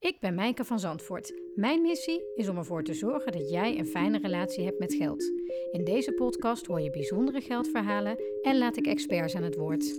Ik ben Mijke van Zandvoort. Mijn missie is om ervoor te zorgen dat jij een fijne relatie hebt met geld. In deze podcast hoor je bijzondere geldverhalen en laat ik experts aan het woord.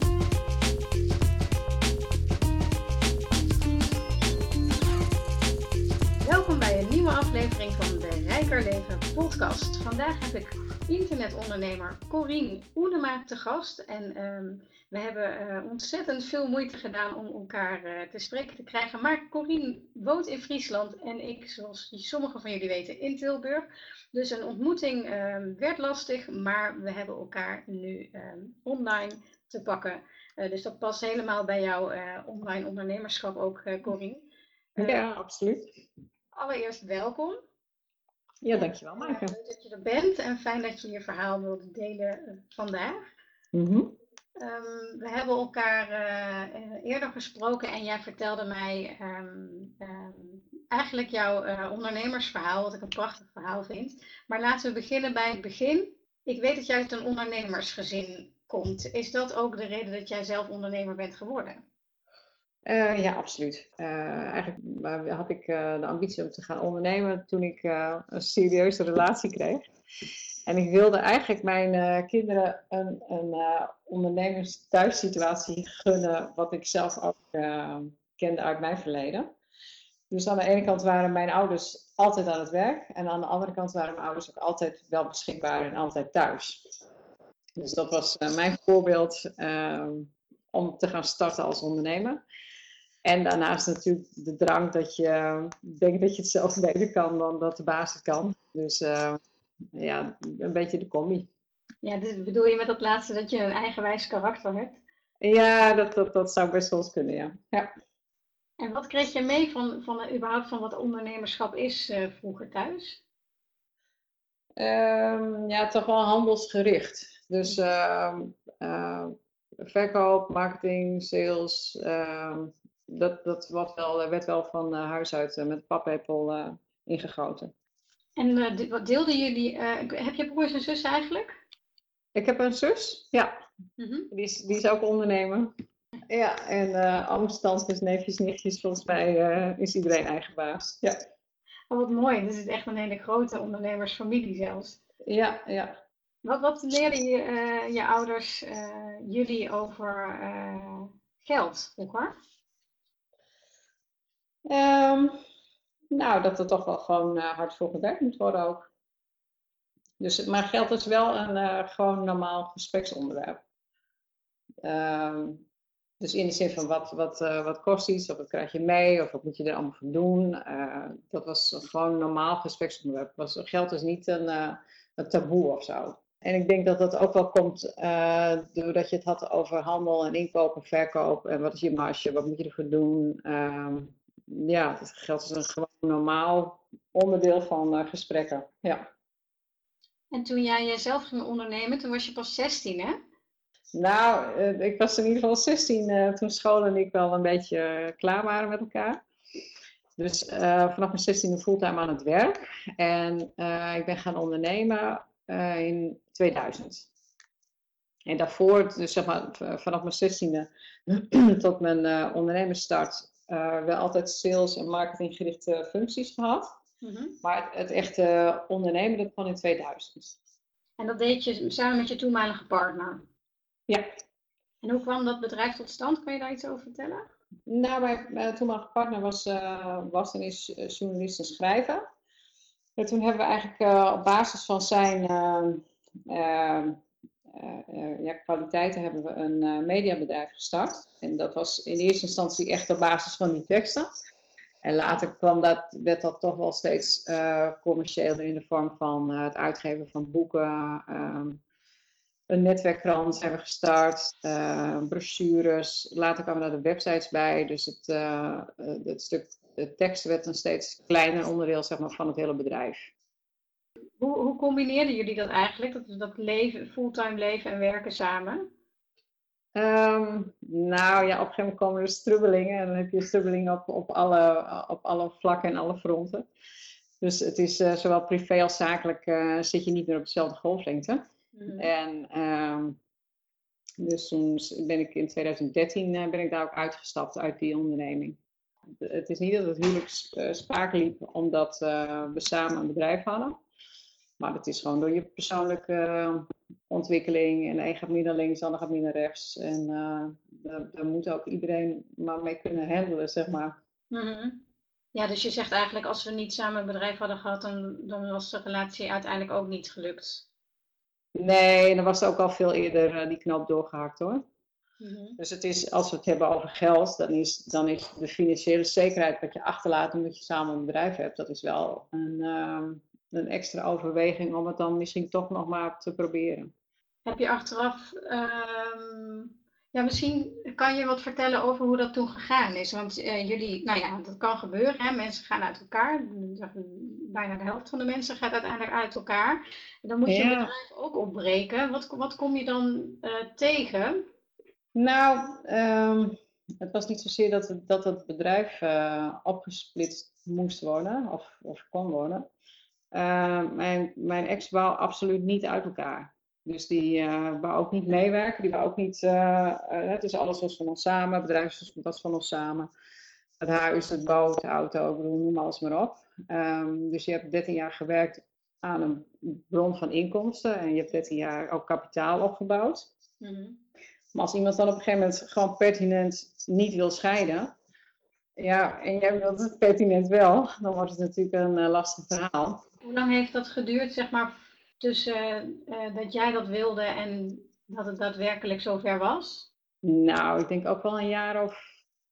Welkom bij een nieuwe aflevering van de Rijker Leven podcast. Vandaag heb ik internetondernemer Corien Oenema te gast. En we hebben ontzettend veel moeite gedaan om elkaar te spreken te krijgen. Maar Corien woont in Friesland en ik, zoals sommigen van jullie weten, in Tilburg. Dus een ontmoeting werd lastig, maar we hebben elkaar nu online te pakken. Dus dat past helemaal bij jouw online ondernemerschap ook, Corien. Ja, absoluut. Allereerst welkom. Ja, dankjewel, Maaike. Leuk dat je er bent en fijn dat je je verhaal wilde delen vandaag. We hebben elkaar eerder gesproken en jij vertelde mij eigenlijk jouw ondernemersverhaal, wat ik een prachtig verhaal vind. Maar laten we beginnen bij het begin. Ik weet dat jij uit een ondernemersgezin komt. Is dat ook de reden dat jij zelf ondernemer bent geworden? Ja, absoluut. Eigenlijk had ik de ambitie om te gaan ondernemen toen ik een serieuze relatie kreeg. En ik wilde eigenlijk mijn kinderen een ondernemers-thuissituatie gunnen, wat ik zelf ook kende uit mijn verleden. Dus aan de ene kant waren mijn ouders altijd aan het werk. En aan de andere kant waren mijn ouders ook altijd wel beschikbaar en altijd thuis. Dus dat was mijn voorbeeld om te gaan starten als ondernemer. En daarnaast natuurlijk de drang dat je denkt dat je het zelf beter kan dan dat de baas het kan. Dus ja, een beetje de combi. Ja, dus bedoel je met dat laatste dat je een eigenwijs karakter hebt? Ja, dat zou best wel eens kunnen, ja. En wat kreeg je mee überhaupt van wat ondernemerschap is vroeger thuis? Ja, toch wel handelsgericht. Dus verkoop, marketing, sales. Dat werd wel van huis uit met de paplepel ingegoten. En wat deelden jullie? Heb je broers en zussen eigenlijk? Ik heb een zus, ja. Die is ook ondernemer. Ja, en ooms, tantes, neefjes, nichtjes, volgens mij is iedereen eigen baas. Ja. Oh, wat mooi. Dit is echt een hele grote ondernemersfamilie zelfs. Ja. Wat leerden je ouders jullie over geld vroeger? Nou, dat er toch wel gewoon hard voor gewerkt moet worden ook. Dus, maar geld is wel een gewoon normaal gespreksonderwerp. Dus in de zin van wat kost iets, of wat krijg je mee, of wat moet je er allemaal voor doen. Dat was gewoon een normaal gespreksonderwerp. Geld is niet een taboe of zo. En ik denk dat dat ook wel komt doordat je het had over handel en inkoop en verkoop. En wat is je marge, wat moet je ervoor doen. Ja, geld is een gewoon normaal onderdeel van gesprekken. Ja. En toen jij zelf ging ondernemen, toen was je pas 16, hè? Nou, ik was in ieder geval 16 toen school en ik wel een beetje klaar waren met elkaar. Dus vanaf mijn 16e fulltime aan het werk. En ik ben gaan ondernemen in 2000. En daarvoor, dus zeg maar vanaf mijn 16e tot mijn ondernemersstart, wel altijd sales- en marketinggerichte functies gehad. Maar het echte ondernemen, dat kwam in 2000. En dat deed je samen met je toenmalige partner? Ja. En hoe kwam dat bedrijf tot stand? Kan je daar iets over vertellen? Nou, mijn toenmalige partner was en is journalist en schrijver. En toen hebben we eigenlijk op basis van zijn kwaliteiten hebben we een mediabedrijf gestart. En dat was in eerste instantie echt op basis van die teksten. En later werd dat toch wel steeds commerciëler in de vorm van het uitgeven van boeken. Een netwerkkrant hebben we gestart, brochures. Later kwamen er de websites bij. Dus het stuk de tekst werd een steeds kleiner onderdeel, zeg maar, van het hele bedrijf. Hoe combineerden jullie dat eigenlijk? Dat leven, fulltime leven en werken samen? Nou ja, op een gegeven moment komen er strubbelingen. En dan heb je strubbelingen op alle vlakken en alle fronten. Dus het is zowel privé als zakelijk zit je niet meer op dezelfde golflengte. En dus toen ben ik in 2013 ben ik daar ook uitgestapt uit die onderneming. Het is niet dat het huwelijk spaak liep omdat we samen een bedrijf hadden. Maar het is gewoon door je persoonlijke ontwikkeling. En de een gaat meer naar links, de ander gaat meer naar rechts. En daar moet ook iedereen maar mee kunnen handelen, zeg maar. Mm-hmm. Ja, dus je zegt eigenlijk als we niet samen een bedrijf hadden gehad, dan was de relatie uiteindelijk ook niet gelukt. Nee, dan was er ook al veel eerder die knoop doorgehakt hoor. Mm-hmm. Dus het is, als we het hebben over geld, dan is de financiële zekerheid wat je achterlaat omdat je samen een bedrijf hebt, dat is wel een extra overweging om het dan misschien toch nog maar te proberen. Heb je achteraf, ja, misschien kan je wat vertellen over hoe dat toen gegaan is. Want jullie, nou ja, dat kan gebeuren, hè? Mensen gaan uit elkaar. Bijna de helft van de mensen gaat uiteindelijk uit elkaar. Dan moet je bedrijf ook opbreken. Wat kom je dan tegen? Nou, het was niet zozeer dat het bedrijf opgesplitst moest worden of kon worden. Mijn ex wou absoluut niet uit elkaar. Dus die wou ook niet meewerken. Die wou ook niet. Dus alles was van ons samen. Het bedrijf was van ons samen. Het huis, het boot, de auto, ik bedoel, noem alles maar op. Dus je hebt 13 jaar gewerkt aan een bron van inkomsten. En je hebt 13 jaar ook kapitaal opgebouwd. Mm-hmm. Maar als iemand dan op een gegeven moment gewoon pertinent niet wil scheiden. Ja, en jij wilt het pertinent wel. Dan wordt het natuurlijk een lastig verhaal. Hoe lang heeft dat geduurd, zeg maar, tussen dat jij dat wilde en dat het daadwerkelijk zover was? Nou, ik denk ook wel een jaar of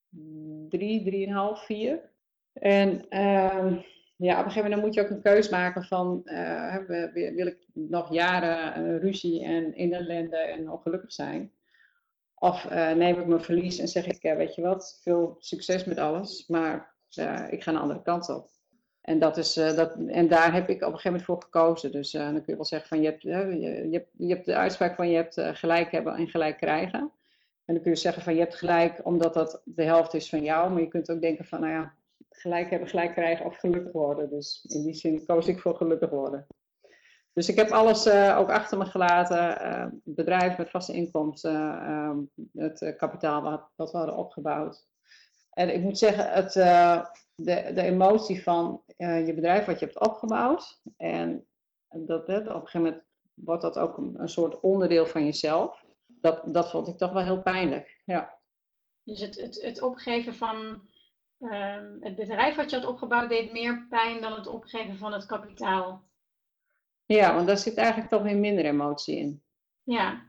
3,5, 4. En ja, op een gegeven moment moet je ook een keus maken van, wil ik nog jaren ruzie en in ellende en ongelukkig zijn? Of neem ik mijn verlies en zeg ik, weet je wat, veel succes met alles, maar ik ga een andere kant op. En, en daar heb ik op een gegeven moment voor gekozen. Dus dan kun je wel zeggen van, je hebt de uitspraak van je hebt gelijk hebben en gelijk krijgen. En dan kun je zeggen van je hebt gelijk omdat dat de helft is van jou. Maar je kunt ook denken van nou ja, gelijk hebben, gelijk krijgen of gelukkig worden. Dus in die zin koos ik voor gelukkig worden. Dus ik heb alles ook achter me gelaten. Het bedrijf met vaste inkomsten. Het kapitaal wat we hadden opgebouwd. En ik moet zeggen, de emotie van je bedrijf wat je hebt opgebouwd. En op een gegeven moment wordt dat ook een soort onderdeel van jezelf. Dat vond ik toch wel heel pijnlijk. Ja. Dus het opgeven van het bedrijf wat je had opgebouwd deed meer pijn dan het opgeven van het kapitaal. Ja, want daar zit eigenlijk toch weer minder emotie in. Ja.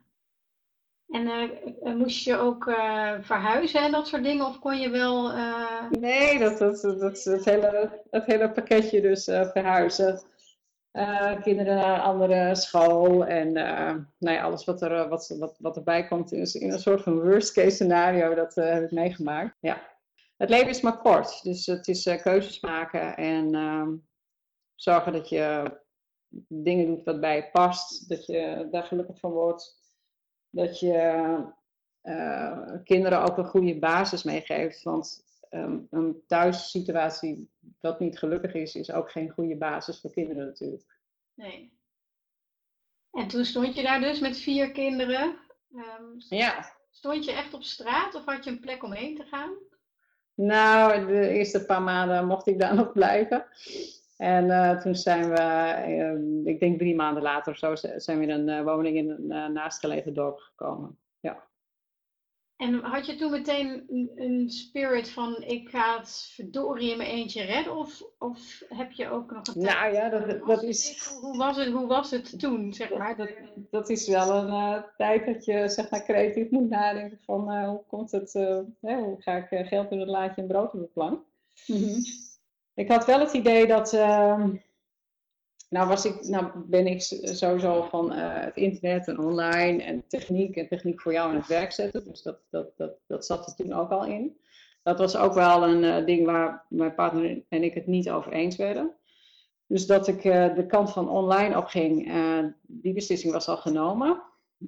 En moest je ook verhuizen en dat soort dingen? Of kon je wel... Nee, dat is het hele pakketje dus verhuizen. Kinderen naar een andere school en nou ja, alles wat erbij komt in een soort van worst case scenario, dat heb ik meegemaakt. Ja. Het leven is maar kort, dus het is keuzes maken en zorgen dat je dingen doet wat bij je past, dat je daar gelukkig van wordt, dat je kinderen ook een goede basis meegeeft, want een thuissituatie dat niet gelukkig is ook geen goede basis voor kinderen natuurlijk. Nee. En toen stond je daar dus met 4 kinderen. Ja. Stond je echt op straat of had je een plek om heen te gaan? Nou, de eerste paar maanden mocht ik daar nog blijven. En toen zijn we, ik denk 3 maanden later of zo, zijn we in een woning in een naastgelegen dorp gekomen. Ja. En had je toen meteen een spirit van ik ga het verdorie in mijn eentje redden? Of heb je ook nog een tijd? Nou ja, dat is... Hoe was het toen, zeg maar? Dat is wel een tijd dat je zeg maar creatief moet nadenken van hoe komt het, hoe ga ik geld in het laadje en brood op de plank. Mm-hmm. Ik had wel het idee dat, nou ben ik sowieso van het internet en online en techniek voor jou in het werk zetten. Dus dat zat er toen ook al in. Dat was ook wel een ding waar mijn partner en ik het niet over eens werden. Dus dat ik de kant van online opging, die beslissing was al genomen.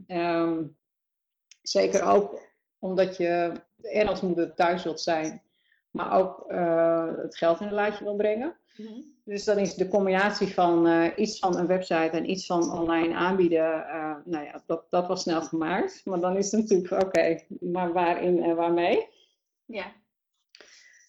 Zeker ook omdat je en als moeder thuis wilt zijn, maar ook het geld in een laadje wil brengen. Mm-hmm. Dus dan is de combinatie van iets van een website en iets van online aanbieden, nou ja, dat was snel gemaakt. Maar dan is het natuurlijk oké, maar waarin en waarmee? Ja.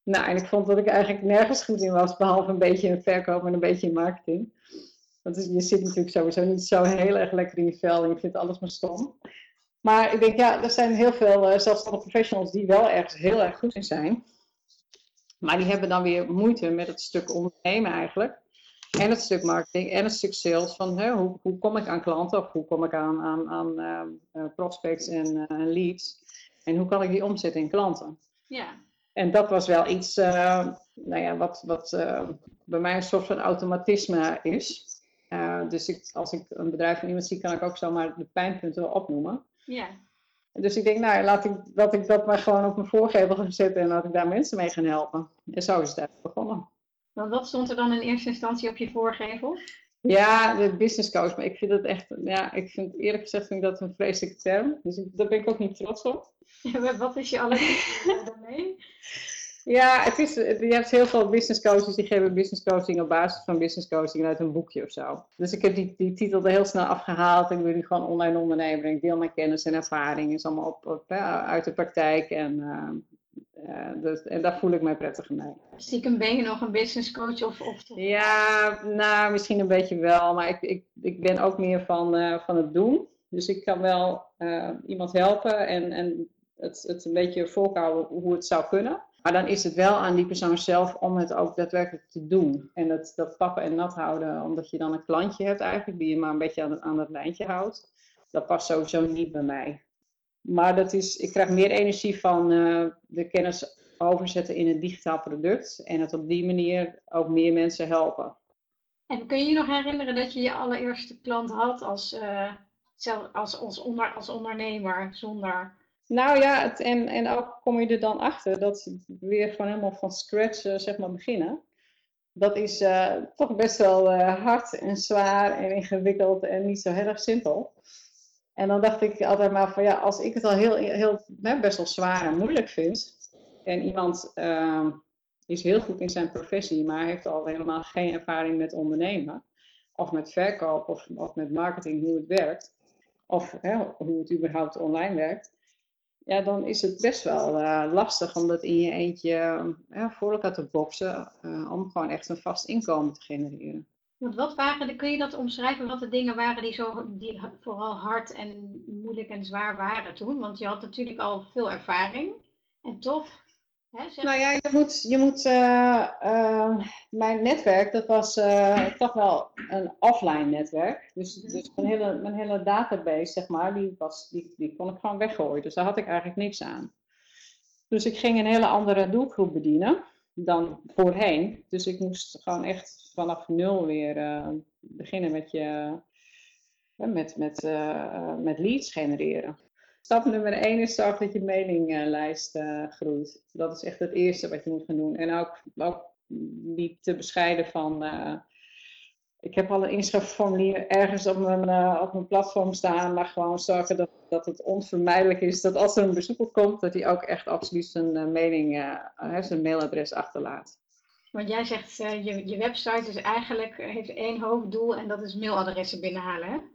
Nou, en ik vond dat ik eigenlijk nergens goed in was, behalve een beetje in verkoop en een beetje in marketing. Want je zit natuurlijk sowieso niet zo heel erg lekker in je vel en je vindt alles maar stom. Maar ik denk, ja, er zijn heel veel zelfstandige professionals die wel ergens heel erg goed in zijn. Maar die hebben dan weer moeite met het stuk ondernemen eigenlijk. En het stuk marketing en het stuk sales. Van hoe kom ik aan klanten of hoe kom ik aan prospects en leads. En hoe kan ik die omzetten in klanten. Ja. En dat was wel iets wat bij mij een soort van automatisme is. Dus als ik een bedrijf van iemand zie, kan ik ook zomaar de pijnpunten wel opnoemen. Ja. Dus ik denk, nou, laat ik dat maar gewoon op mijn voorgevel gaan zetten en laat ik daar mensen mee gaan helpen. En zo is het eigenlijk begonnen. Want wat stond er dan in eerste instantie op je voorgevel? Ja, de business coach. Maar ik vind het echt, eerlijk gezegd vind ik dat een vreselijke term. Dus daar ben ik ook niet trots op. Ja, wat is je allereerste daarmee? Ja, je hebt heel veel business coaches die geven business coaching op basis van business coaching uit een boekje of zo. Dus ik heb die titel er heel snel afgehaald. Ik ben nu gewoon online ondernemer. Ik deel mijn kennis en ervaring. Het is allemaal uit de praktijk. En daar voel ik mij prettiger mee. Stiekem ben je nog een business coach of Ja, nou, misschien een beetje wel. Maar ik ben ook meer van het doen. Dus ik kan wel iemand helpen en het een beetje voorhouden hoe het zou kunnen. Maar dan is het wel aan die persoon zelf om het ook daadwerkelijk te doen. En dat pappen en nat houden, omdat je dan een klantje hebt eigenlijk, die je maar een beetje aan het lijntje houdt. Dat past sowieso niet bij mij. Maar ik krijg meer energie van de kennis overzetten in een digitaal product. En het op die manier ook meer mensen helpen. En kun je je nog herinneren dat je je allereerste klant had als ondernemer zonder... Nou ja, en ook kom je er dan achter dat ze weer gewoon helemaal van scratch zeg maar beginnen. Dat is toch best wel hard en zwaar en ingewikkeld en niet zo heel erg simpel. En dan dacht ik altijd maar van ja, als ik het al best wel zwaar en moeilijk vind. En iemand is heel goed in zijn professie, maar heeft al helemaal geen ervaring met ondernemen. Of met verkoop of met marketing, hoe het werkt. Of hoe het überhaupt online werkt. Ja, dan is het best wel lastig om dat in je eentje voor elkaar te boksen. Om gewoon echt een vast inkomen te genereren. Want kun je dat omschrijven, wat de dingen waren die vooral hard en moeilijk en zwaar waren toen? Want je had natuurlijk al veel ervaring. En toch... Nou ja, mijn netwerk, dat was toch wel een offline netwerk. Dus mijn hele database, zeg maar, die kon ik gewoon weggooien. Dus daar had ik eigenlijk niks aan. Dus ik ging een hele andere doelgroep bedienen dan voorheen. Dus ik moest gewoon echt vanaf nul weer beginnen met leads genereren. Stap nummer 1 is zorg dat je mailinglijst groeit. Dat is echt het eerste wat je moet gaan doen. En ook niet te bescheiden van... ik heb al een inschrijfformulier ergens op mijn platform staan. Maar gewoon zorgen dat het onvermijdelijk is dat als er een bezoeker komt... dat hij ook echt absoluut zijn mailadres achterlaat. Want jij zegt, je website is heeft één hoofddoel en dat is mailadressen binnenhalen, hè?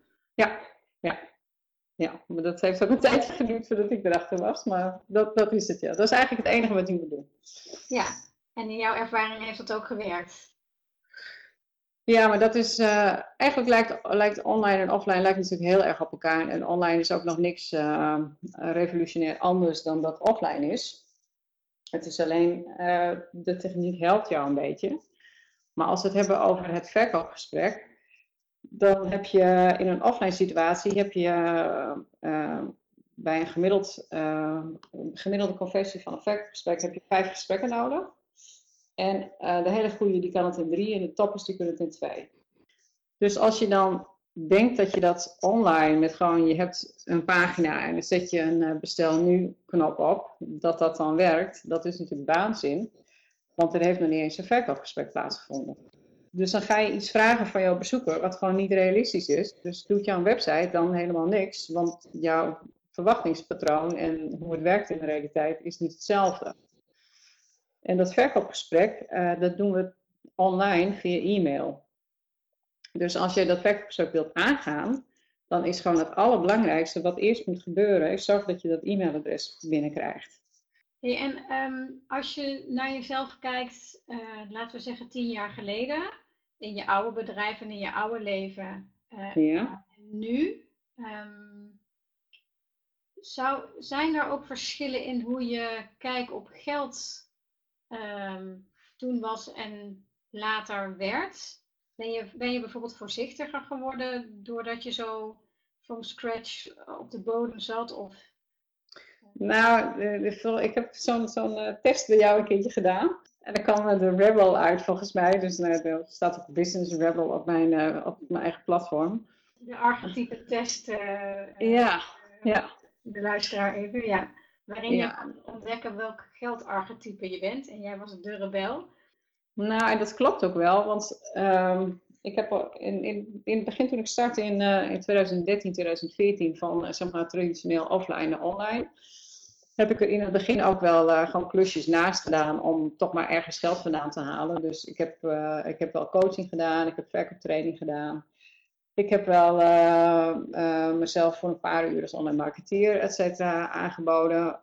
Ja, maar dat heeft ook een tijdje geduurd voordat ik erachter was, maar dat is het, ja. Dat is eigenlijk het enige wat je moet doen. Ja, en in jouw ervaring heeft dat ook gewerkt? Ja, maar dat is, eigenlijk lijkt online en offline natuurlijk heel erg op elkaar. En online is ook nog niks revolutionair anders dan dat offline is. Het is alleen, de techniek helpt jou een beetje. Maar als we het hebben over het verkoopgesprek... Dan heb je in een offline situatie bij een gemiddelde conversie van een verkoopgesprek heb je 5 gesprekken nodig. En de hele goede die kan het in 3 en de toppers die kunnen het in 2. Dus als je dan denkt dat je dat online met gewoon, je hebt een pagina en dan zet je een bestel nu knop op, dat dan werkt, dat is natuurlijk waanzin. Want er heeft nog niet eens een verkoopgesprek plaatsgevonden. Dus dan ga je iets vragen van jouw bezoeker wat gewoon niet realistisch is. Dus doet jouw website dan helemaal niks. Want jouw verwachtingspatroon en hoe het werkt in de realiteit is niet hetzelfde. En dat verkoopgesprek, dat doen we online via e-mail. Dus als je dat verkoopgesprek wilt aangaan, dan is gewoon het allerbelangrijkste wat eerst moet gebeuren, is zorgen dat je dat e-mailadres binnenkrijgt. Hey, en als je naar jezelf kijkt, laten we zeggen 10 jaar geleden, in je oude bedrijf en in je oude leven, Ja. en nu, ehm, zijn er ook verschillen in hoe je kijk op geld ehm, toen was en later werd? Ben je bijvoorbeeld voorzichtiger geworden doordat je zo from scratch op de bodem zat? Of, Nou, ik heb zo'n test bij jou een keertje gedaan. En daar kwam de Rebel uit volgens mij. Dus er staat ook Business Rebel op mijn eigen platform. de archetype test, Ja, ja, de luisteraar even, ja. Waarin je ja. kan ontdekken welk geldarchetype je bent. En jij was de rebel. Nou, en dat klopt ook wel. Want ik heb in het begin toen ik startte in 2013, 2014 van zeg maar traditioneel offline naar online. Heb ik er in het begin ook wel gewoon klusjes naast gedaan om toch maar ergens geld vandaan te halen. Dus ik heb wel coaching gedaan, ik heb verkooptraining gedaan. Ik heb wel mezelf voor een paar uur als online marketeer, et cetera, aangeboden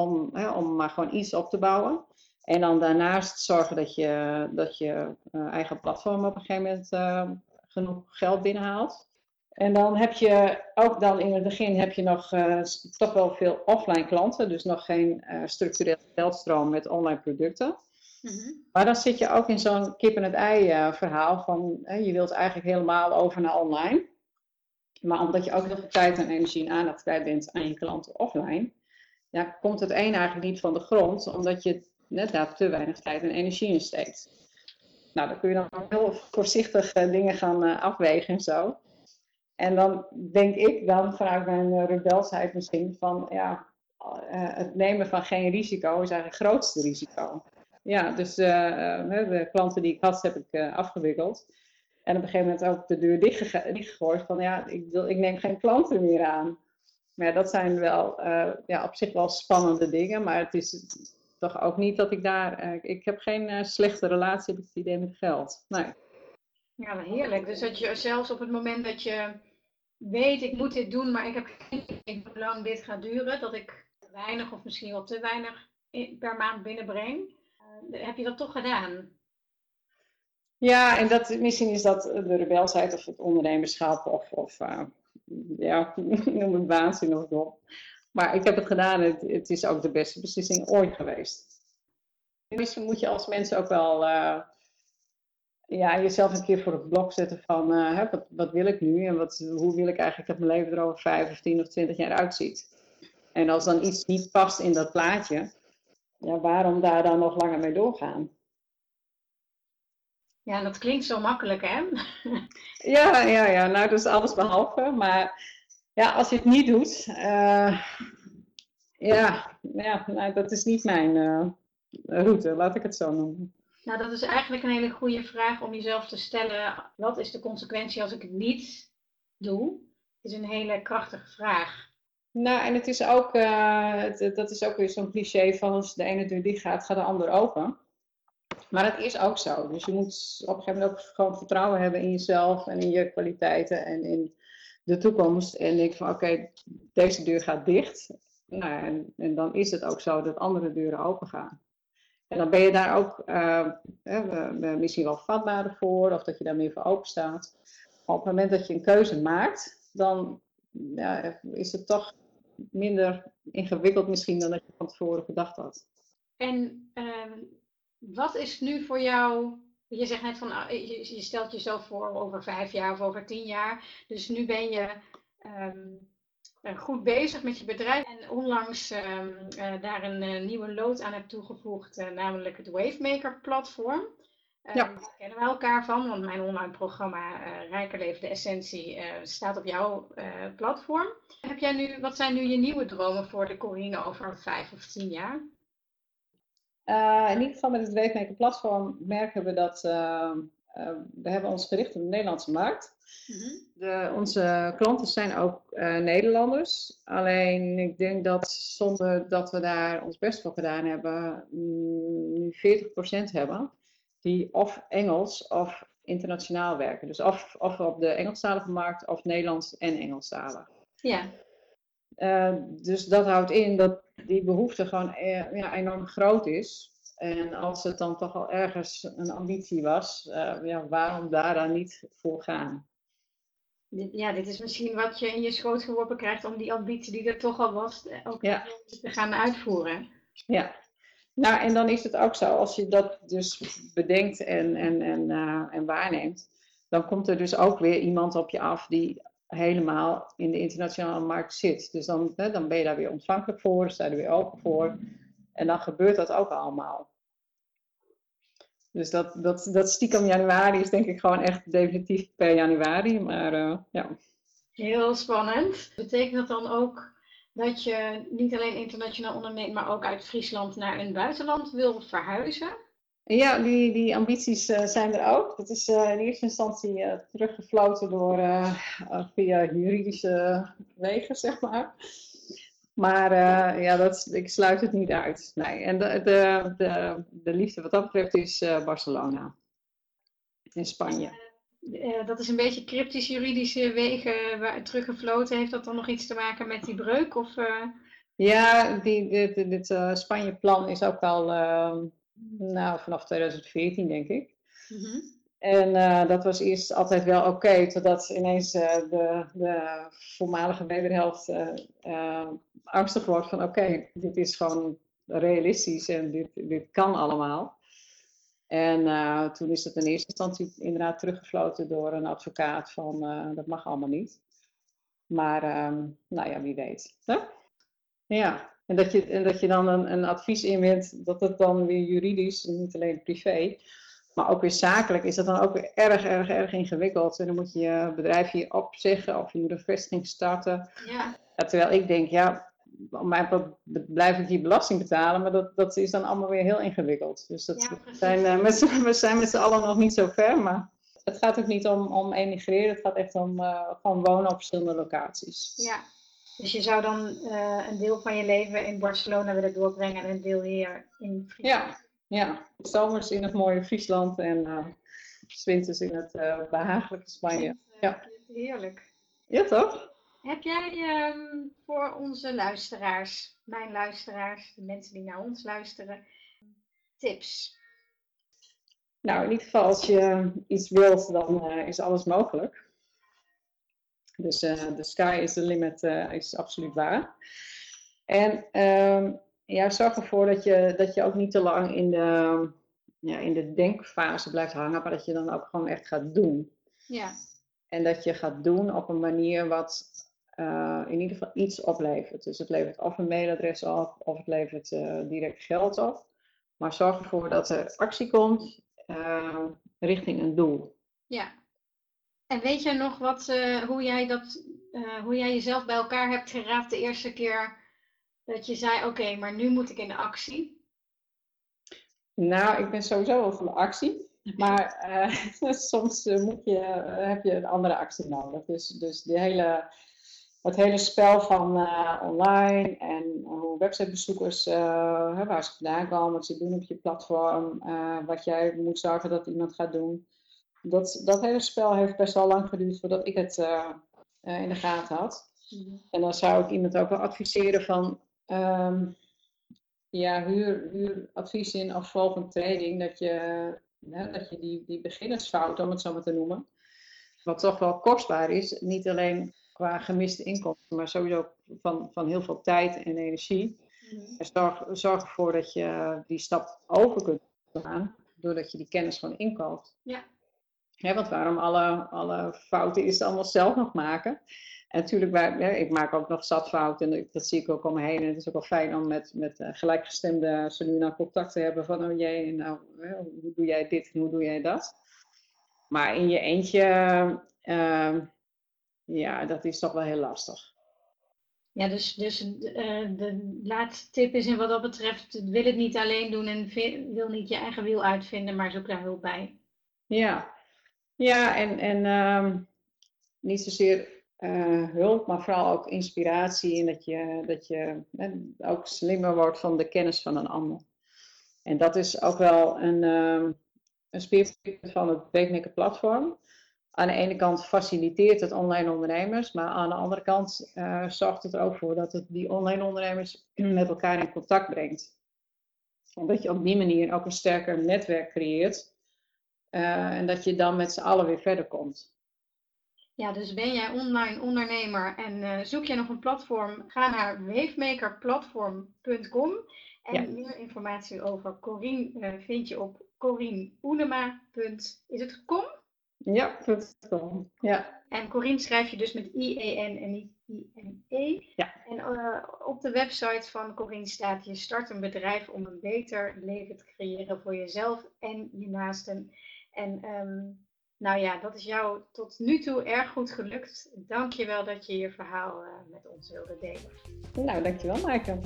om maar gewoon iets op te bouwen. En dan daarnaast zorgen dat je eigen platform op een gegeven moment genoeg geld binnenhaalt. En dan heb je ook dan in het begin heb je nog toch wel veel offline klanten, dus nog geen structurele geldstroom met online producten. Maar dan zit je ook in zo'n kip-en-het-ei verhaal van je wilt eigenlijk helemaal over naar online. Maar omdat je ook heel veel tijd en energie en aandacht kwijt bent aan je klanten offline, ja, komt het een eigenlijk niet van de grond, omdat je net daar te weinig tijd en energie in steekt. Nou, dan kun je dan heel voorzichtig dingen gaan afwegen en zo. En dan denk ik dan vanuit mijn rebelsheid misschien van ja, het nemen van geen risico is eigenlijk het grootste risico. Ja, dus de klanten die ik had, heb ik afgewikkeld. En op een gegeven moment ook de deur dichtgegooid van ja, ik neem geen klanten meer aan. Maar ja, dat zijn wel ja, op zich wel spannende dingen, maar het is toch ook niet dat ik daar. Ik heb geen slechte relatie, heb ik het idee, met geld. Nee. Ja, heerlijk. Dus dat je zelfs op het moment dat je weet, ik moet dit doen, maar ik heb geen idee hoe lang dit gaat duren, dat ik weinig of misschien wel te weinig per maand binnenbreng, heb je dat toch gedaan? Ja, en misschien is dat de rebelsheid of het ondernemerschap of ja, noem het waanzin of dom. Maar ik heb het gedaan en het is ook de beste beslissing ooit geweest. Misschien moet je als mensen ook wel ja, jezelf een keer voor het blok zetten van wat wil ik nu en hoe wil ik eigenlijk dat mijn leven er over 5 of 10 of 20 jaar uitziet. En als dan iets niet past in dat plaatje, ja, waarom daar dan nog langer mee doorgaan? Ja, dat klinkt zo makkelijk, hè? Ja, nou dat is alles behalve. Maar ja, als je het niet doet, ja, nou, dat is niet mijn route, laat ik het zo noemen. Nou, dat is eigenlijk een hele goede vraag om jezelf te stellen. Wat is de consequentie als ik het niet doe? Is een hele krachtige vraag. Nou, en het is ook, dat is ook weer zo'n cliché van als de ene deur dicht gaat, gaat de ander open. Maar het is ook zo. Dus je moet op een gegeven moment ook gewoon vertrouwen hebben in jezelf en in je kwaliteiten en in de toekomst. En denk van oké, deze deur gaat dicht. Nou, en dan is het ook zo dat andere deuren open gaan. En dan ben je daar ook misschien wel vatbaarder voor, of dat je daar meer voor open staat. Maar op het moment dat je een keuze maakt, dan ja, is het toch minder ingewikkeld misschien dan dat je van tevoren gedacht had. En wat is nu voor jou? Je zegt net van, je stelt jezelf voor over 5 jaar of over 10 jaar. Dus nu ben je goed bezig met je bedrijf. En onlangs daar een nieuwe lood aan hebt toegevoegd, namelijk het Wavemaker platform. Ja. Daar kennen we elkaar van, want mijn online programma Rijker Leven de Essentie staat op jouw platform. Wat zijn nu je nieuwe dromen voor de Corine over 5 of 10 jaar? In ieder geval met het Wavemaker platform merken we dat we hebben ons gericht op de Nederlandse markt. Onze klanten zijn ook Nederlanders. Alleen ik denk dat zonder dat we daar ons best voor gedaan hebben, nu 40% hebben die of Engels of internationaal werken. Dus of op de Engelstalige markt of Nederlands en Engelstalig. Ja. Dus dat houdt in dat die behoefte gewoon enorm groot is. En als het dan toch al ergens een ambitie was, waarom daar dan niet voor gaan? Dit is misschien wat je in je schoot geworpen krijgt om die ambitie die er toch al was, ook te gaan uitvoeren. Ja, nou en dan is het ook zo, als je dat dus bedenkt en waarneemt, dan komt er dus ook weer iemand op je af die helemaal in de internationale markt zit. Dus dan ben je daar weer ontvankelijk voor, sta je er weer open voor. En dan gebeurt dat ook allemaal. Dus dat stiekem januari is denk ik gewoon echt definitief per januari. Maar ja. Heel spannend. Betekent dat dan ook dat je niet alleen internationaal onderneemt, maar ook uit Friesland naar een buitenland wil verhuizen? Ja, die ambities zijn er ook. Dat is in eerste instantie teruggefloten door via juridische wegen, zeg maar. Maar ik sluit het niet uit. Nee. En de liefde wat dat betreft is Barcelona. In Spanje. Dat is een beetje cryptisch juridische wegen teruggefloten. Heeft dat dan nog iets te maken met die breuk? Of, Ja, dit Spanje-plan is ook al vanaf 2014, denk ik. Mm-hmm. En dat was eerst altijd wel oké, totdat ineens de voormalige wederhelft angstig wordt van oké, dit is gewoon realistisch en dit kan allemaal. En toen is het in eerste instantie inderdaad teruggefloten door een advocaat van dat mag allemaal niet. Maar wie weet. Hè? Ja, en dat je dan een advies inwint, dat het dan weer juridisch, niet alleen privé, maar ook weer zakelijk, is dat dan ook weer erg ingewikkeld. En dan moet je je bedrijf hier opzeggen of je moet een vestiging starten. Ja. Terwijl ik denk, blijf ik hier belasting betalen, maar dat is dan allemaal weer heel ingewikkeld. Dus we zijn met z'n allen nog niet zo ver, maar het gaat ook niet om emigreren, het gaat echt om gewoon wonen op verschillende locaties. Ja, dus je zou dan een deel van je leven in Barcelona willen doorbrengen en een deel hier in Friesland? Ja. Zomers in het mooie Friesland en 's winters in het behagelijke Spanje. Ja. Heerlijk. Ja, toch? Heb jij voor onze luisteraars, mijn luisteraars, de mensen die naar ons luisteren, tips? Nou, in ieder geval als je iets wilt, dan is alles mogelijk. Dus the sky is the limit is absoluut waar. En zorg ervoor dat je ook niet te lang in de denkfase blijft hangen, maar dat je dan ook gewoon echt gaat doen. Ja. En dat je gaat doen op een manier wat in ieder geval iets oplevert. Dus het levert of een mailadres op, of het levert direct geld op. Maar zorg ervoor dat er actie komt richting een doel. Ja. En weet jij nog hoe jij jezelf bij elkaar hebt geraapt de eerste keer dat je zei, oké, maar nu moet ik in de actie? Nou, ik ben sowieso wel van de actie. Maar soms heb je een andere actie nodig. Dus het hele spel van online en hoe websitebezoekers, waar ze vandaan komen, wat ze doen op je platform, wat jij moet zorgen dat iemand gaat doen. Dat hele spel heeft best wel lang geduurd voordat ik het in de gaten had. Mm-hmm. En dan zou ik iemand ook wel adviseren van huur advies in of volg een training dat je die beginnersfout, om het zo maar te noemen, wat toch wel kostbaar is, niet alleen qua gemiste inkomsten, maar sowieso van heel veel tijd en energie. Mm-hmm. En zorg ervoor dat je die stap over kunt gaan, doordat je die kennis gewoon inkoopt. Ja. Want waarom alle fouten is het allemaal zelf nog maken? En natuurlijk, ik maak ook nog zat fouten en dat zie ik ook om me heen. En het is ook wel fijn om met gelijkgestemde Selina contact te hebben van, oh jee, nou, hoe doe jij dit en hoe doe jij dat? Maar in je eentje, dat is toch wel heel lastig. Ja, dus de laatste tip is, en wat dat betreft, wil het niet alleen doen en wil niet je eigen wiel uitvinden, maar zoek daar hulp bij. Ja, en niet zozeer hulp, maar vooral ook inspiratie en dat je ook slimmer wordt van de kennis van een ander. En dat is ook wel een speerpunt van het Beeknikken platform. aan de ene kant faciliteert het online ondernemers, maar aan de andere kant zorgt het er ook voor dat het die online ondernemers met elkaar in contact brengt. En dat je op die manier ook een sterker netwerk creëert en dat je dan met z'n allen weer verder komt. Ja, dus ben jij online ondernemer en zoek je nog een platform, ga naar wavemakerplatform.com. En meer informatie over Corien vind je op CorienOenema.com. Ja, .com. Ja. En Corien schrijf je dus met I-E-N en niet I-N-E. Ja. En op de website van Corien staat: je start een bedrijf om een beter leven te creëren voor jezelf en je naasten. En nou ja, dat is jou tot nu toe erg goed gelukt. Dank je wel dat je je verhaal met ons wilde delen. Nou, dankjewel Maaike.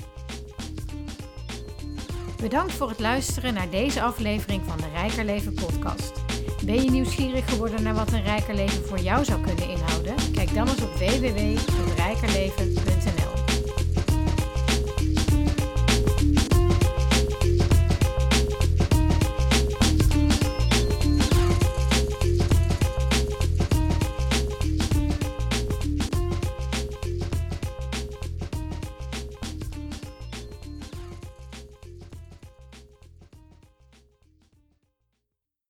Bedankt voor het luisteren naar deze aflevering van de Rijker Leven podcast. Ben je nieuwsgierig geworden naar wat een rijker leven voor jou zou kunnen inhouden? Kijk dan eens op www.rijkerleven.nl.